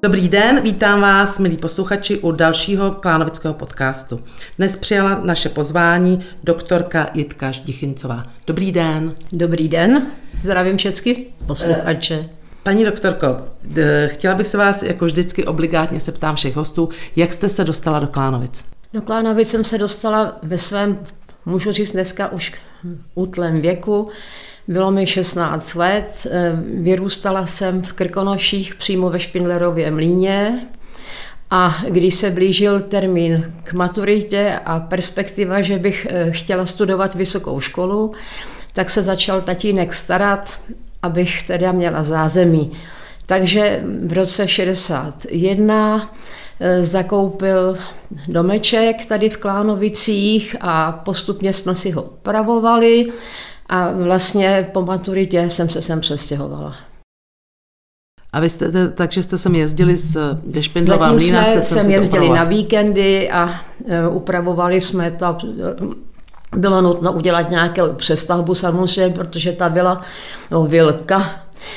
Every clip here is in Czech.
Dobrý den, vítám vás, milí posluchači, u dalšího Klánovického podcastu. Dnes přijala naše pozvání doktorka Jitka Ždichincová. Dobrý den. Dobrý den, zdravím všechny posluchače. Paní doktorko, chtěla bych se vás, jako vždycky obligátně se ptám všech hostů, jak jste se dostala do Klánovic? Do Klánovic jsem se dostala ve svém, můžu říct dneska už útlém věku. Bylo mi 16 let, vyrůstala jsem v Krkonoších přímo ve Špindlerově mlýně a když se blížil termín k maturitě a perspektiva, že bych chtěla studovat vysokou školu, tak se začal tatínek starat, abych teda měla zázemí. Takže v roce 61 zakoupil domeček tady v Klánovicích a postupně jsme si ho upravovali. A vlastně po maturitě jsem se sem přestěhovala. A vy jste, takže jste sem jezdili ze Špindlova mlýna? Jsem jezdili na víkendy a upravovali jsme to. Bylo nutno udělat nějakou přestavbu samozřejmě, protože ta byla vilka.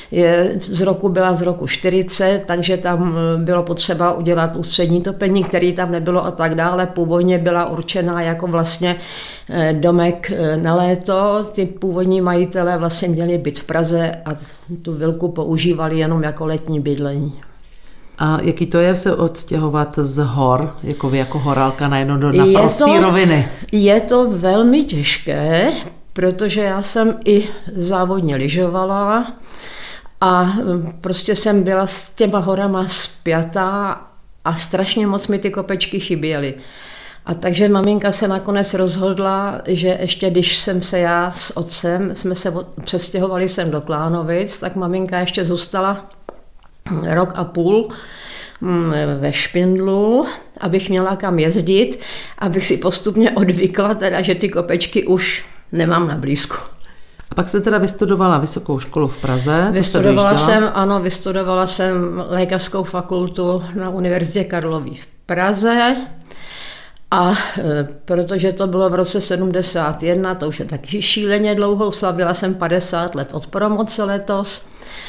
Byla z roku 40, takže tam bylo potřeba udělat ústřední topení, který tam nebylo a tak dále. Původně byla určená jako vlastně domek na léto. Ty původní majitelé vlastně měli byt v Praze a tu vilku používali jenom jako letní bydlení. A jaký to je se odstěhovat z hor, jako vy jako horálka najednou na prostý roviny? Je to velmi těžké, protože já jsem i závodně lyžovala a prostě jsem byla s těma horama spjatá a strašně moc mi ty kopečky chyběly. A takže maminka se nakonec rozhodla, že ještě když jsem se já s otcem, jsme se přestěhovali sem do Klánovic, tak maminka ještě zůstala rok a půl ve Špindlu, abych měla kam jezdit, abych si postupně odvykla, teda, že ty kopečky už nemám na blízku. A pak jste teda vystudovala vysokou školu v Praze? Vystudovala jsem lékařskou fakultu na Univerzitě Karlovy v Praze a protože to bylo v roce 71, to už je taky šíleně dlouho, slavila jsem 50 let od promoce letos.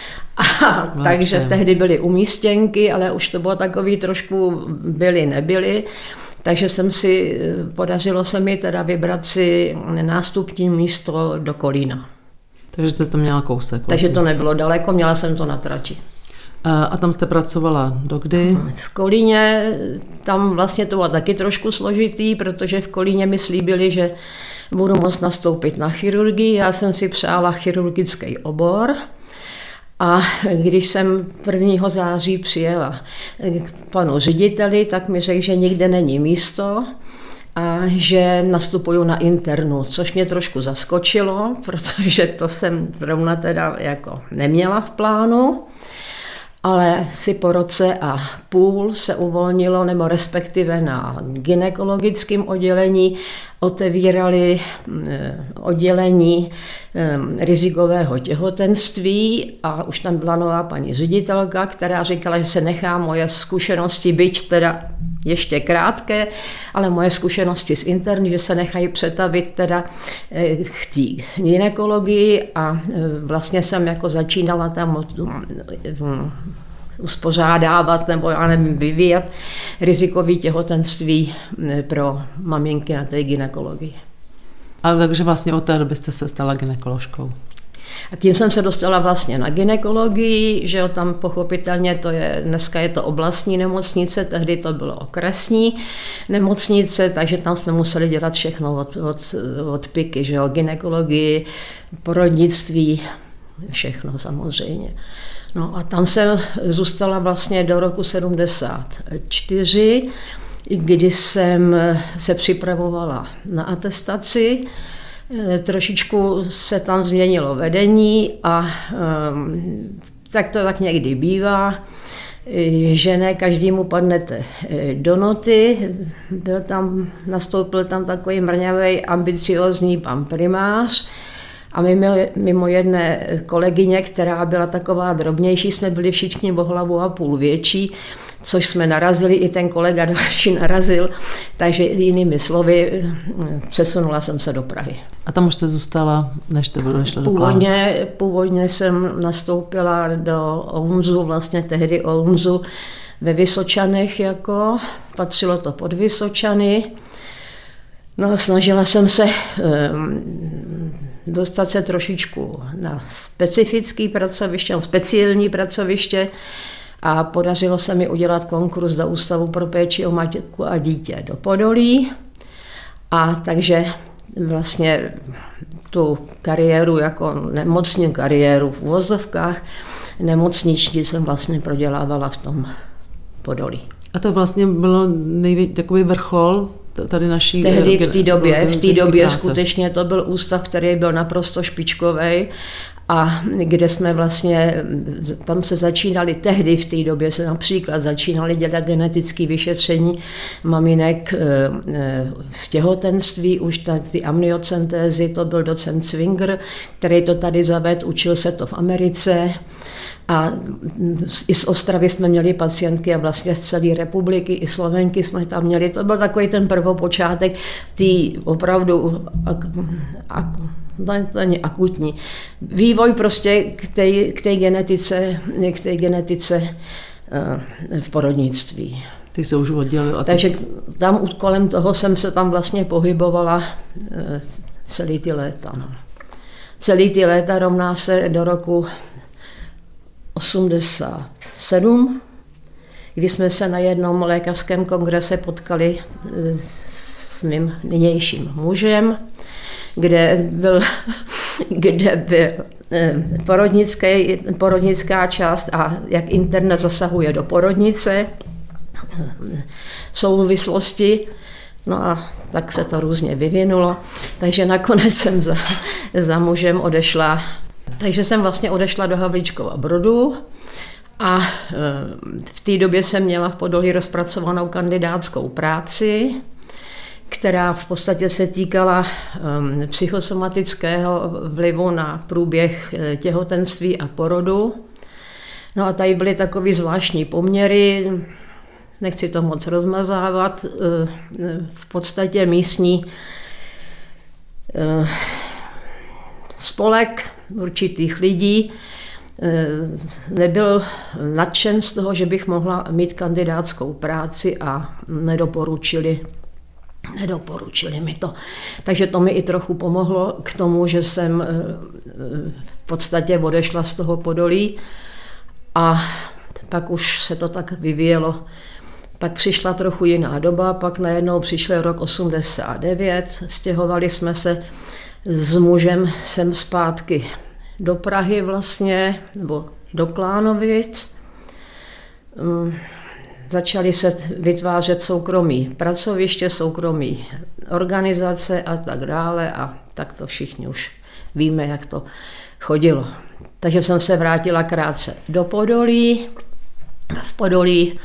Takže tehdy byly umístěnky, ale už to bylo takový trošku nebyly. Takže podařilo se mi teda vybrat si nástupní místo do Kolína. Takže jste to měla kousek. Vlastně. Takže to nebylo daleko, měla jsem to na trati. A tam jste pracovala dokdy? V Kolíně, tam vlastně to bylo taky trošku složitý, protože v Kolíně mi slíbili, že budu moct nastoupit na chirurgii. Já jsem si přála chirurgický obor. A když jsem 1. září přijela k panu řediteli, tak mi řekl, že nikde není místo a že nastupuju na internu, což mě trošku zaskočilo, protože to jsem zrovna teda jako neměla v plánu. Ale si po roce a půl se uvolnilo, nebo respektive na gynekologickém oddělení otevírali oddělení rizikového těhotenství a už tam byla nová paní ředitelka, která říkala, že se nechá moje zkušenosti, byť teda ještě krátké, ale moje zkušenosti z interny, že se nechají přetavit teda k té gynekologii a vlastně jsem jako začínala tam uspořádávat nebo já nevím, vyvíjet rizikový těhotenství pro maminky na té gynekologii. Ale takže vlastně od té doby jste se stala gynekoložkou. A tím jsem se dostala vlastně na gynekologii, že jo, tam pochopitelně dneska je to oblastní nemocnice, tehdy to bylo okresní nemocnice, takže tam jsme museli dělat všechno od piky, že jo, gynekologii, porodnictví, všechno samozřejmě. No a tam jsem zůstala vlastně do roku 74, kdy jsem se připravovala na atestaci. Trošičku se tam změnilo vedení a tak to tak někdy bývá, že ne každému padnete do noty. Nastoupil tam takový mrňavej, ambiciózní pan primář a mimo jedné kolegyně, která byla taková drobnější, jsme byli všichni o hlavu a půl větší, což jsme narazili, i ten kolega další narazil, takže jinými slovy přesunula jsem se do Prahy. A tam už jste zůstala, než jste došla do Klánovic? Původně jsem nastoupila do OUNZu, vlastně tehdy OUNZu, ve Vysočanech, jako patřilo to pod Vysočany. No, snažila jsem se dostat se trošičku na specifické pracoviště, no, speciální pracoviště a podařilo se mi udělat konkurs do Ústavu pro péči o matku a dítě do Podolí. A takže vlastně tu kariéru, jako nemocní kariéru v uvozovkách, nemocniční jsem vlastně prodělávala v tom Podolí. A to vlastně bylo takový vrchol tady naší... Tehdy v té době skutečně to byl ústav, který byl naprosto špičkový a kde jsme vlastně, tam se začínali, tehdy v té době se například začínali dělat genetické vyšetření maminek v těhotenství, už ty amniocentézy, to byl docent Swinger, který to tady zavedl, učil se to v Americe. A i z Ostravy jsme měli pacientky a vlastně z celé republiky, i Slovenky jsme tam měli. To byl takový ten prvopočátek, tý opravdu to není akutní. Vývoj prostě k té genetice v porodnictví. Ty se už oddělil. Takže tam kolem toho jsem se tam vlastně pohybovala celý ty léta. No. Celý ty léta rovná se do roku 87, kdy jsme se na jednom lékařském kongrese potkali s mým nynějším mužem, kde byl porodnická část a jak internet zasahuje do porodnice, souvislosti. No a tak se to různě vyvinulo, takže nakonec jsem za mužem odešla. Takže jsem vlastně odešla do Havlíčkova Brodu a v té době jsem měla v Podolí rozpracovanou kandidátskou práci, která v podstatě se týkala psychosomatického vlivu na průběh těhotenství a porodu. No a tady byly takové zvláštní poměry, nechci to moc rozmazávat, v podstatě místní spolek určitých lidí nebyl nadšen z toho, že bych mohla mít kandidátskou práci a nedoporučili mi to. Takže to mi i trochu pomohlo k tomu, že jsem v podstatě odešla z toho Podolí a pak už se to tak vyvíjelo. Pak přišla trochu jiná doba, pak najednou přišel rok 89, stěhovali jsme se s mužem sem zpátky do Prahy vlastně, nebo do Klánovic. Začaly se vytvářet soukromí pracoviště, soukromí organizace a tak dále a tak to všichni už víme, jak to chodilo. Takže jsem se vrátila krátce do Podolí. V Podolí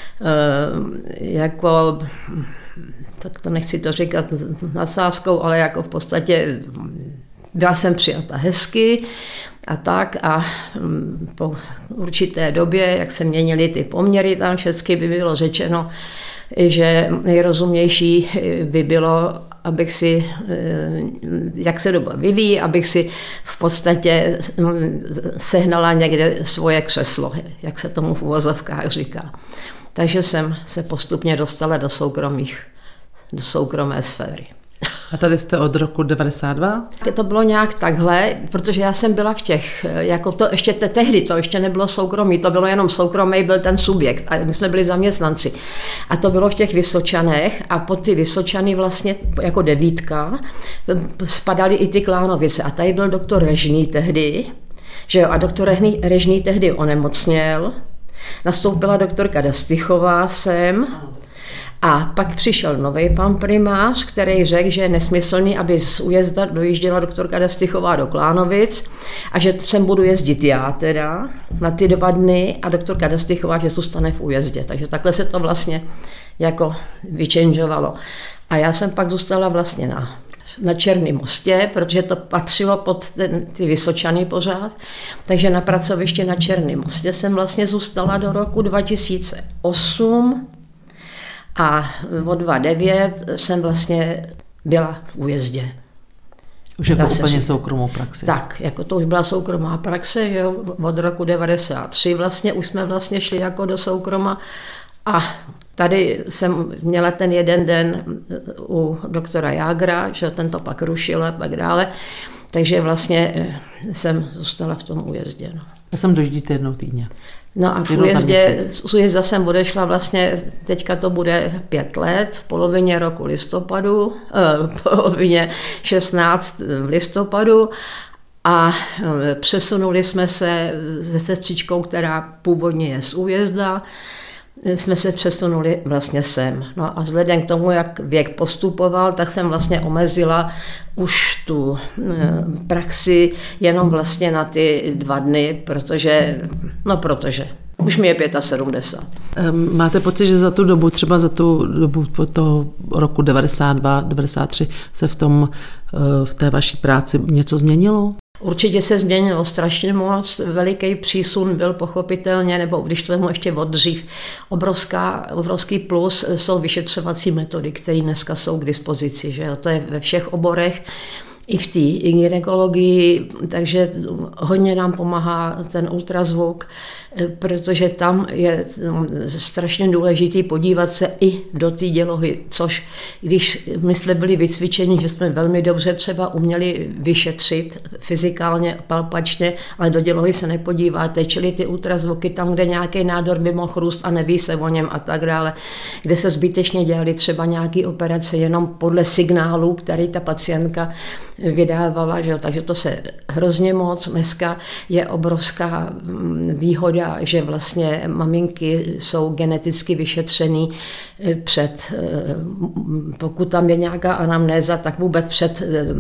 jako, tak to nechci to říkat nadsázkou, ale jako v podstatě byla jsem přijata hezky a tak a po určité době, jak se měnily ty poměry, tam všechny by bylo řečeno, že nejrozumnější by bylo, abych si, jak se doba vyvíjí, abych si v podstatě sehnala někde svoje křeslo, jak se tomu v uvozovkách říká. Takže jsem se postupně dostala do soukromé sféry. A tady jste od roku 92? To bylo nějak takhle, protože já jsem byla v těch, jako to ještě tehdy, to ještě nebylo soukromí, to bylo jenom soukromý, byl ten subjekt a my jsme byli zaměstnanci. A to bylo v těch Vysočanech a pod ty Vysočany vlastně jako devítka spadaly i ty Klánovice. A tady byl doktor Režný tehdy, že jo, a doktor Režný tehdy onemocněl, nastoupila doktorka Dastychová sem. A pak přišel nový pan primář, který řekl, že je nesmyslný, aby z Újezda dojížděla doktorka Dastychová do Klánovic a že sem budu jezdit já teda na ty 2 dny a doktorka Dastychová, že zůstane v Újezdě. Takže takhle se to vlastně jako vyčenžovalo. A já jsem pak zůstala vlastně na Černém Mostě, protože to patřilo pod ty Vysočany pořád. Takže na pracoviště na Černém Mostě jsem vlastně zůstala do roku 2008 a od 2009 jsem vlastně byla v Újezdě. Už jako úplně soukromou praxi. Tak, jako to už byla soukromá praxe, že jo, od roku 93 vlastně už jsme vlastně šli jako do soukroma a tady jsem měla ten jeden den u doktora Jágra, že ten to pak rušil a tak dále, takže vlastně jsem zůstala v tom újezdě. No. Já jsem dojíždíte jednou týdně. No a v újezda jsem odešla vlastně, teďka to bude 5 let, v polovině roku listopadu, polovině 16 v listopadu a přesunuli jsme se se sestřičkou, která původně je z újezda, jsme se přesunuli vlastně sem. No a vzhledem k tomu, jak věk postupoval, tak jsem vlastně omezila už tu praxi jenom vlastně na ty 2 dny, protože už mi je 75. Máte pocit, že za tu dobu, třeba za tu dobu toho roku 92, 93 se v té vaší práci něco změnilo? Určitě se změnilo strašně moc, veliký přísun byl pochopitelně, nebo když to vemu ještě od dřív, obrovský plus jsou vyšetřovací metody, které dneska jsou k dispozici, že jo? To je ve všech oborech, i v té gynekologii, takže hodně nám pomáhá ten ultrazvuk, protože tam je strašně důležitý podívat se i do té dělohy, což když my jsme byli vycvičeni, že jsme velmi dobře třeba uměli vyšetřit fyzikálně, palpačně, ale do dělohy se nepodíváte, čili ty ultrazvuky tam, kde nějaký nádor by mohl růst a neví se o něm a tak dále, kde se zbytečně dělali třeba nějaké operace jenom podle signálů, který ta pacientka vydávala, že jo? Takže to se hrozně moc. Dneska je obrovská výhoda, že vlastně maminky jsou geneticky vyšetřený před, pokud tam je nějaká anamnéza, tak vůbec před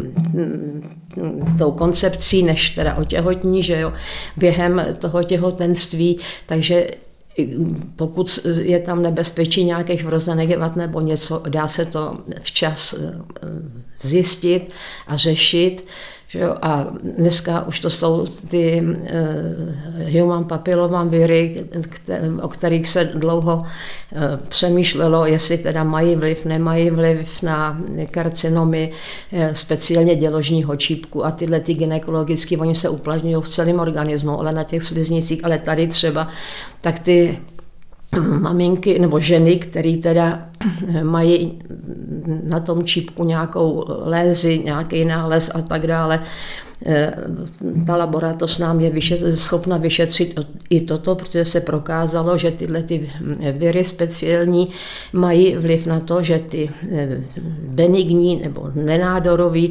tou koncepcí, než teda otěhotní, že jo, během toho těhotenství, takže pokud je tam nebezpečí nějakých vrozených vad nebo něco, dá se to včas zjistit a řešit. A dneska už to jsou ty human papilloma viry, o kterých se dlouho přemýšlelo, jestli teda mají vliv, nemají vliv na karcinomy, speciálně děložního čípku a tyhle ty gynekologické, oni se uplatňují v celém organismu, ale na těch sliznicích, ale tady třeba, tak ty maminky nebo ženy, které teda mají na tom čípku nějakou lézi, nějaký nález a tak dále, ta laboratoř nám je schopna vyšetřit i toto, protože se prokázalo, že tyhle ty viry speciální mají vliv na to, že ty benigní nebo nenádorový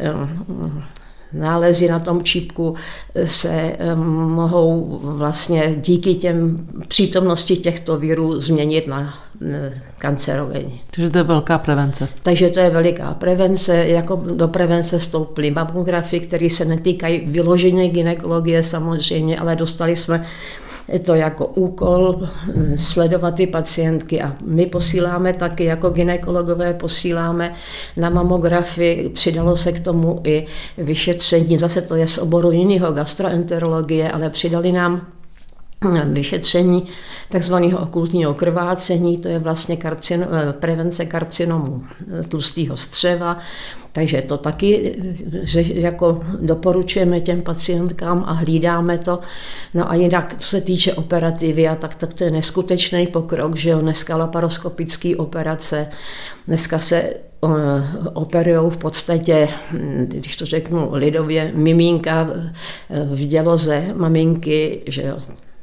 nálezy na tom čípku se mohou vlastně díky těm přítomnosti těchto virů změnit na kancerogenní. Takže to je velká prevence. Takže to je veliká prevence, jako do prevence vstoupily mamografy, které se netýkají vyloženě gynekologie samozřejmě, ale dostali jsme to jako úkol sledovat ty pacientky a my posíláme taky, jako gynekologové posíláme na mamografii, přidalo se k tomu i vyšetření, zase to je z oboru jiného gastroenterologie, ale přidali nám vyšetření takzvaného okultního krvácení, to je vlastně prevence karcinomu tlustého střeva, takže to taky jako doporučujeme těm pacientkám a hlídáme to. No a jinak, co se týče operativy, tak to je neskutečný pokrok, že jo, dneska laparoskopické operace, dneska se operujou v podstatě, když to řeknu lidově, miminka v děloze maminky, že jo,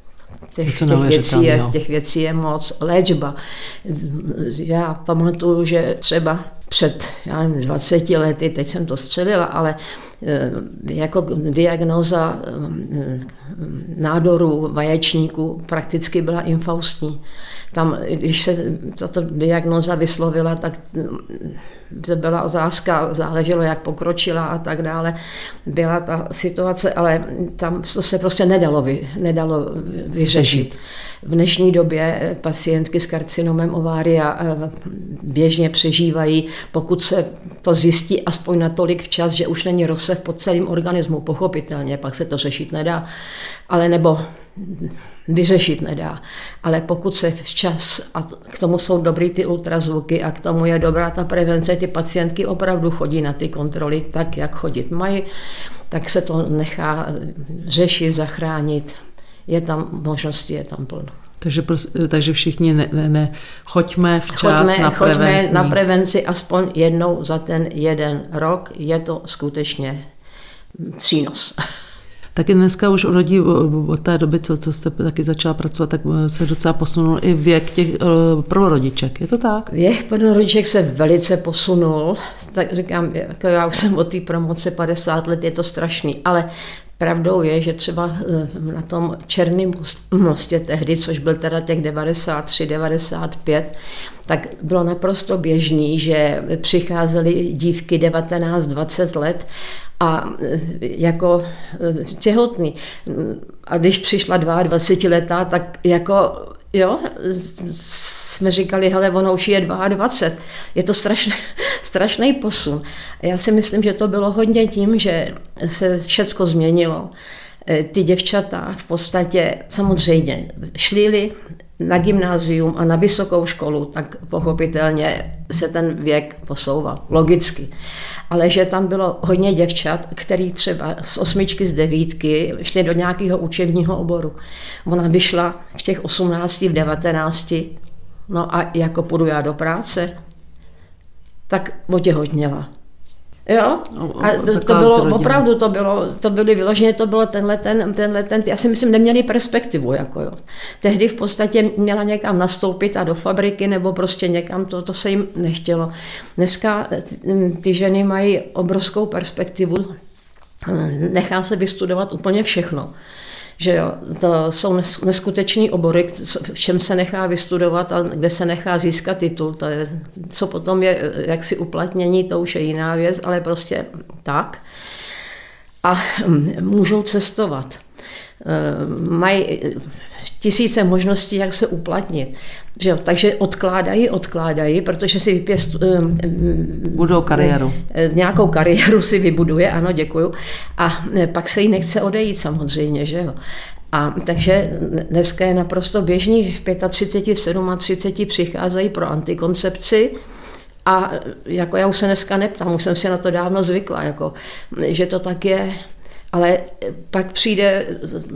těch věcí je moc. Léčba. Já pamatuju, že třeba před 20 lety, teď jsem to střelila, ale jako diagnóza nádoru vaječníku prakticky byla infaustní. Tam, když se tato diagnóza vyslovila, tak to byla otázka, záleželo, jak pokročila a tak dále. Byla ta situace, ale tam to se prostě nedalo vyřešit. V dnešní době pacientky s karcinomem ovária běžně přežívají, pokud se to zjistí aspoň natolik včas, že už není rozsah po celém organismu, pochopitelně, pak se to řešit nedá, ale nebo vyřešit nedá. Ale pokud se včas, a k tomu jsou dobrý ty ultrazvuky a k tomu je dobrá ta prevence, ty pacientky opravdu chodí na ty kontroly tak, jak chodit mají, tak se to nechá řešit, zachránit. Je tam možnosti, je tam plno. Takže všichni choďme včas na prevenci aspoň jednou za ten 1 rok, je to skutečně přínos. Taky dneska už od té doby, co jste taky začala pracovat, tak se docela posunul i věk těch prvorodiček. Je to tak? Věk prvorodiček se velice posunul. Tak říkám, jako já už jsem od té promoce 50 let, je to strašný. Ale pravdou je, že třeba na tom Černém mostě tehdy, což byl teda těch 93, 95, tak bylo naprosto běžný, že přicházely dívky 19, 20 let a jako těhotný. A když přišla 22 letá, tak jako jo, jsme říkali, hele, ono už je 22. Je to strašný posun. Já si myslím, že to bylo hodně tím, že se všecko změnilo. Ty děvčata v podstatě samozřejmě šly na gymnázium a na vysokou školu, tak pochopitelně se ten věk posouval, logicky. Ale že tam bylo hodně děvčat, který třeba z 8, z 9 šli do nějakého učebního oboru. Ona vyšla v těch 18, v 19, no a jako půjdu já do práce, tak otěhotněla. Jo, a to bylo opravdu, to byly vyloženě, to bylo tenhle ten, já si myslím, neměli perspektivu, jako jo. Tehdy v podstatě měla někam nastoupit a do fabriky, nebo prostě někam, to se jim nechtělo. Dneska ty ženy mají obrovskou perspektivu, nechá se vystudovat úplně všechno. Že jo, to jsou neskutečný obory, v čem se nechá vystudovat a kde se nechá získat titul. To je, co potom je jaksi uplatnění, to už je jiná věc, ale prostě tak. A můžou cestovat. Mají tisíce možností, jak se uplatnit. Že jo, takže odkládají, protože si budou kariéru. Nějakou kariéru si vybuduje, ano, děkuju. A pak se jí nechce odejít samozřejmě, že jo. A takže dneska je naprosto běžný, v 35, v 37 přicházejí pro antikoncepci. A jako já už se dneska neptám, už jsem si na to dávno zvykla, jako, že to tak je. Ale pak přijde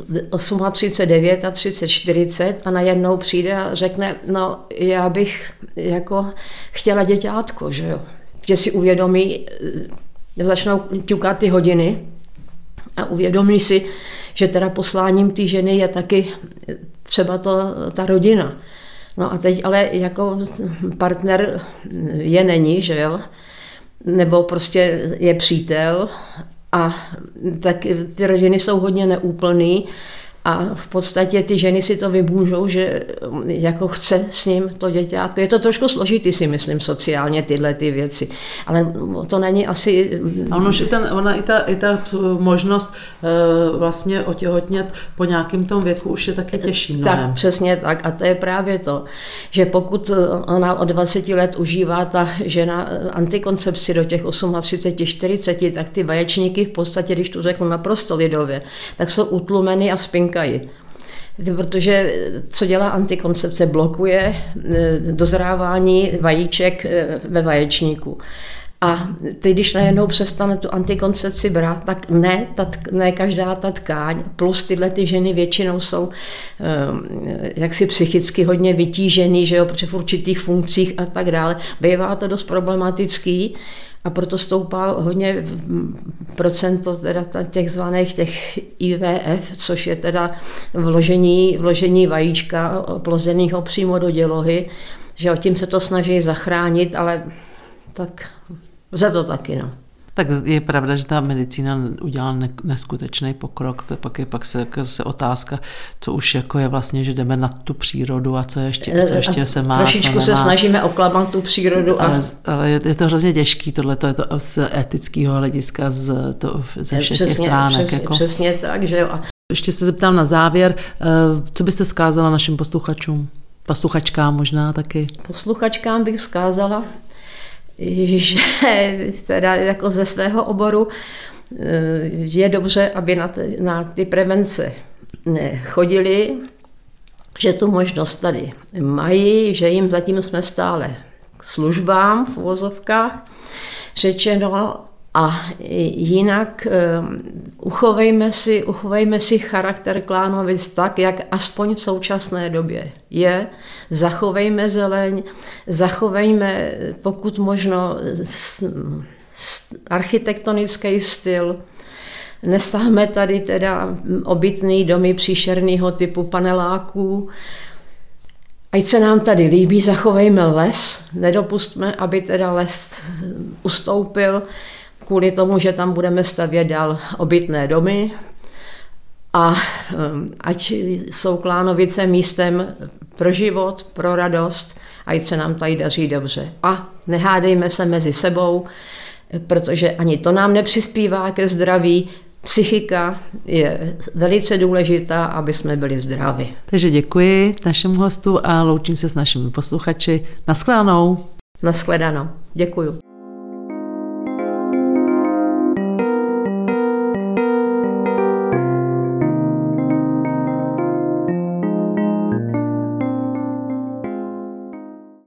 38, 30, 40 a najednou přijde a řekne, no já bych jako chtěla děťátko, že jo. Že si uvědomí, začnou ťukat ty hodiny a uvědomí si, že teda posláním té ženy je taky třeba ta rodina. No a teď ale jako partner není, že jo, nebo prostě je přítel. A tak ty rodiny jsou hodně neúplný a v podstatě ty ženy si to vymůžou, že jako chce s ním to děťátko. Je to trošku složitý, si myslím, sociálně tyhle ty věci, ale to není asi... A ona i ta možnost vlastně otěhotnět po nějakém tom věku už je taky těžší mnohem. Tak, přesně tak. A to je právě to, že pokud ona od 20 let užívá ta žena antikoncepci do těch 38, 40, tak ty vaječníky v podstatě, když to řeknu naprosto lidově, tak jsou utlumeny a spinkají. Protože co dělá antikoncepce? Blokuje dozrávání vajíček ve vaječníku. A teď, když najednou přestane tu antikoncepci brát, tak ne každá ta tkáň, plus tyhle ty ženy většinou jsou jaksi psychicky hodně vytížený, že jo, protože v určitých funkcích a tak dále. Bývá to dost problematický a proto stoupá hodně procento teda těch zvaných těch IVF, což je teda vložení vajíčka oplozenýho přímo do dělohy, že tím se to snaží zachránit, ale tak za to taky, no. Tak je pravda, že ta medicína udělala neskutečný pokrok, pak se otázka, co už jako je vlastně, že jdeme na tu přírodu a co ještě se má. Trošičku se snažíme oklamat tu přírodu. Ale je to hrozně těžký, tohle je to z etického hlediska ze všech těch stránek. Přesně tak, že jo. Ještě se zeptám na závěr, co byste vzkázala našim posluchačkám možná taky? Posluchačkám bych vzkázala, že teda jako ze svého oboru je dobře, aby na ty prevence chodili, že tu možnost tady mají, že jim zatím jsme stále k službám v uvozovkách řečeno. A jinak uchovejme si charakter Klánovic tak, jak aspoň v současné době je. Zachovejme zeleň, zachovejme pokud možno architektonický styl. Nestavme tady teda obytný domy příšerného typu paneláků. Ať se nám tady líbí, zachovejme les, nedopustme, aby teda les ustoupil kvůli tomu, že tam budeme stavět dál obytné domy a ať jsou Klánovice místem pro život, pro radost, ať se nám tady daří dobře. A nehádejme se mezi sebou, protože ani to nám nepřispívá ke zdraví. Psychika je velice důležitá, aby jsme byli zdraví. Takže děkuji našemu hostu a loučím se s našimi posluchači. Naschledanou. Naschledanou. Děkuju.